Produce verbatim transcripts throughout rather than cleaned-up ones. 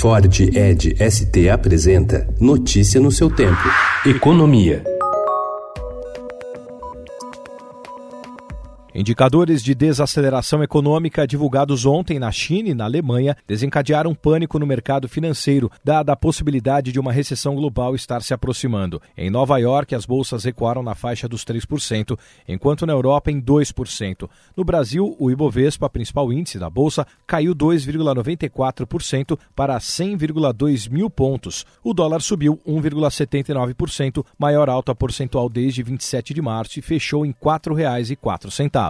Ford Edge S T apresenta Notícia no seu tempo. Economia. Indicadores de desaceleração econômica divulgados ontem na China e na Alemanha desencadearam pânico no mercado financeiro, dada a possibilidade de uma recessão global estar se aproximando. Em Nova York, as bolsas recuaram na faixa dos três por cento, enquanto na Europa em dois por cento. No Brasil, o Ibovespa, principal índice da bolsa, caiu dois vírgula noventa e quatro por cento para cem vírgula dois mil pontos. O dólar subiu um vírgula setenta e nove por cento, maior alta percentual desde vinte e sete de março, e fechou em quatro reais e quatro centavos.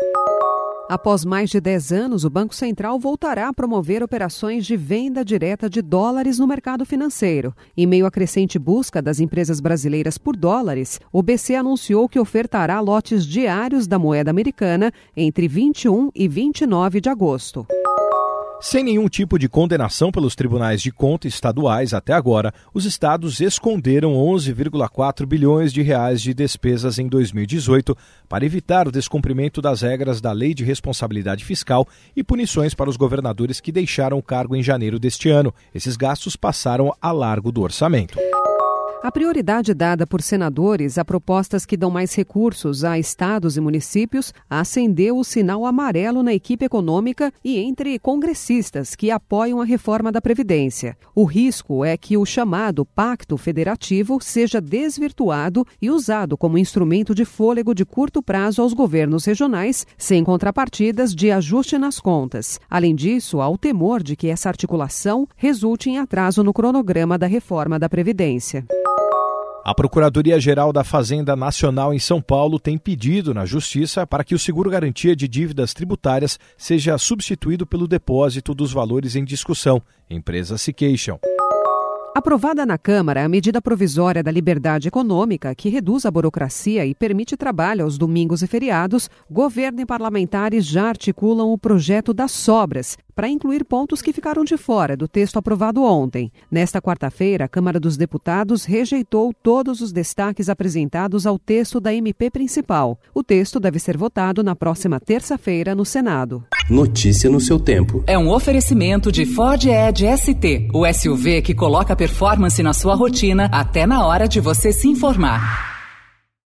Após mais de dez anos, o Banco Central voltará a promover operações de venda direta de dólares no mercado financeiro. Em meio à crescente busca das empresas brasileiras por dólares, o B C anunciou que ofertará lotes diários da moeda americana entre vinte e um e vinte e nove de agosto. Sem nenhum tipo de condenação pelos tribunais de contas estaduais até agora, os estados esconderam onze vírgula quatro bilhões de reais de despesas em dois mil e dezoito para evitar o descumprimento das regras da Lei de Responsabilidade Fiscal e punições para os governadores que deixaram o cargo em janeiro deste ano. Esses gastos passaram a largo do orçamento. A prioridade dada por senadores a propostas que dão mais recursos a estados e municípios acendeu o sinal amarelo na equipe econômica e entre congressistas que apoiam a reforma da Previdência. O risco é que o chamado Pacto Federativo seja desvirtuado e usado como instrumento de fôlego de curto prazo aos governos regionais, sem contrapartidas de ajuste nas contas. Além disso, há o temor de que essa articulação resulte em atraso no cronograma da reforma da Previdência. A Procuradoria-Geral da Fazenda Nacional em São Paulo tem pedido na Justiça para que o seguro-garantia de dívidas tributárias seja substituído pelo depósito dos valores em discussão. Empresas se queixam. Aprovada na Câmara a medida provisória da liberdade econômica, que reduz a burocracia e permite trabalho aos domingos e feriados, governo e parlamentares já articulam o projeto das sobras, para incluir pontos que ficaram de fora do texto aprovado ontem. Nesta quarta-feira, a Câmara dos Deputados rejeitou todos os destaques apresentados ao texto da M P principal. O texto deve ser votado na próxima terça-feira no Senado. Notícia no seu tempo. É um oferecimento de Ford Edge S T, o S U V que coloca performance na sua rotina até na hora de você se informar.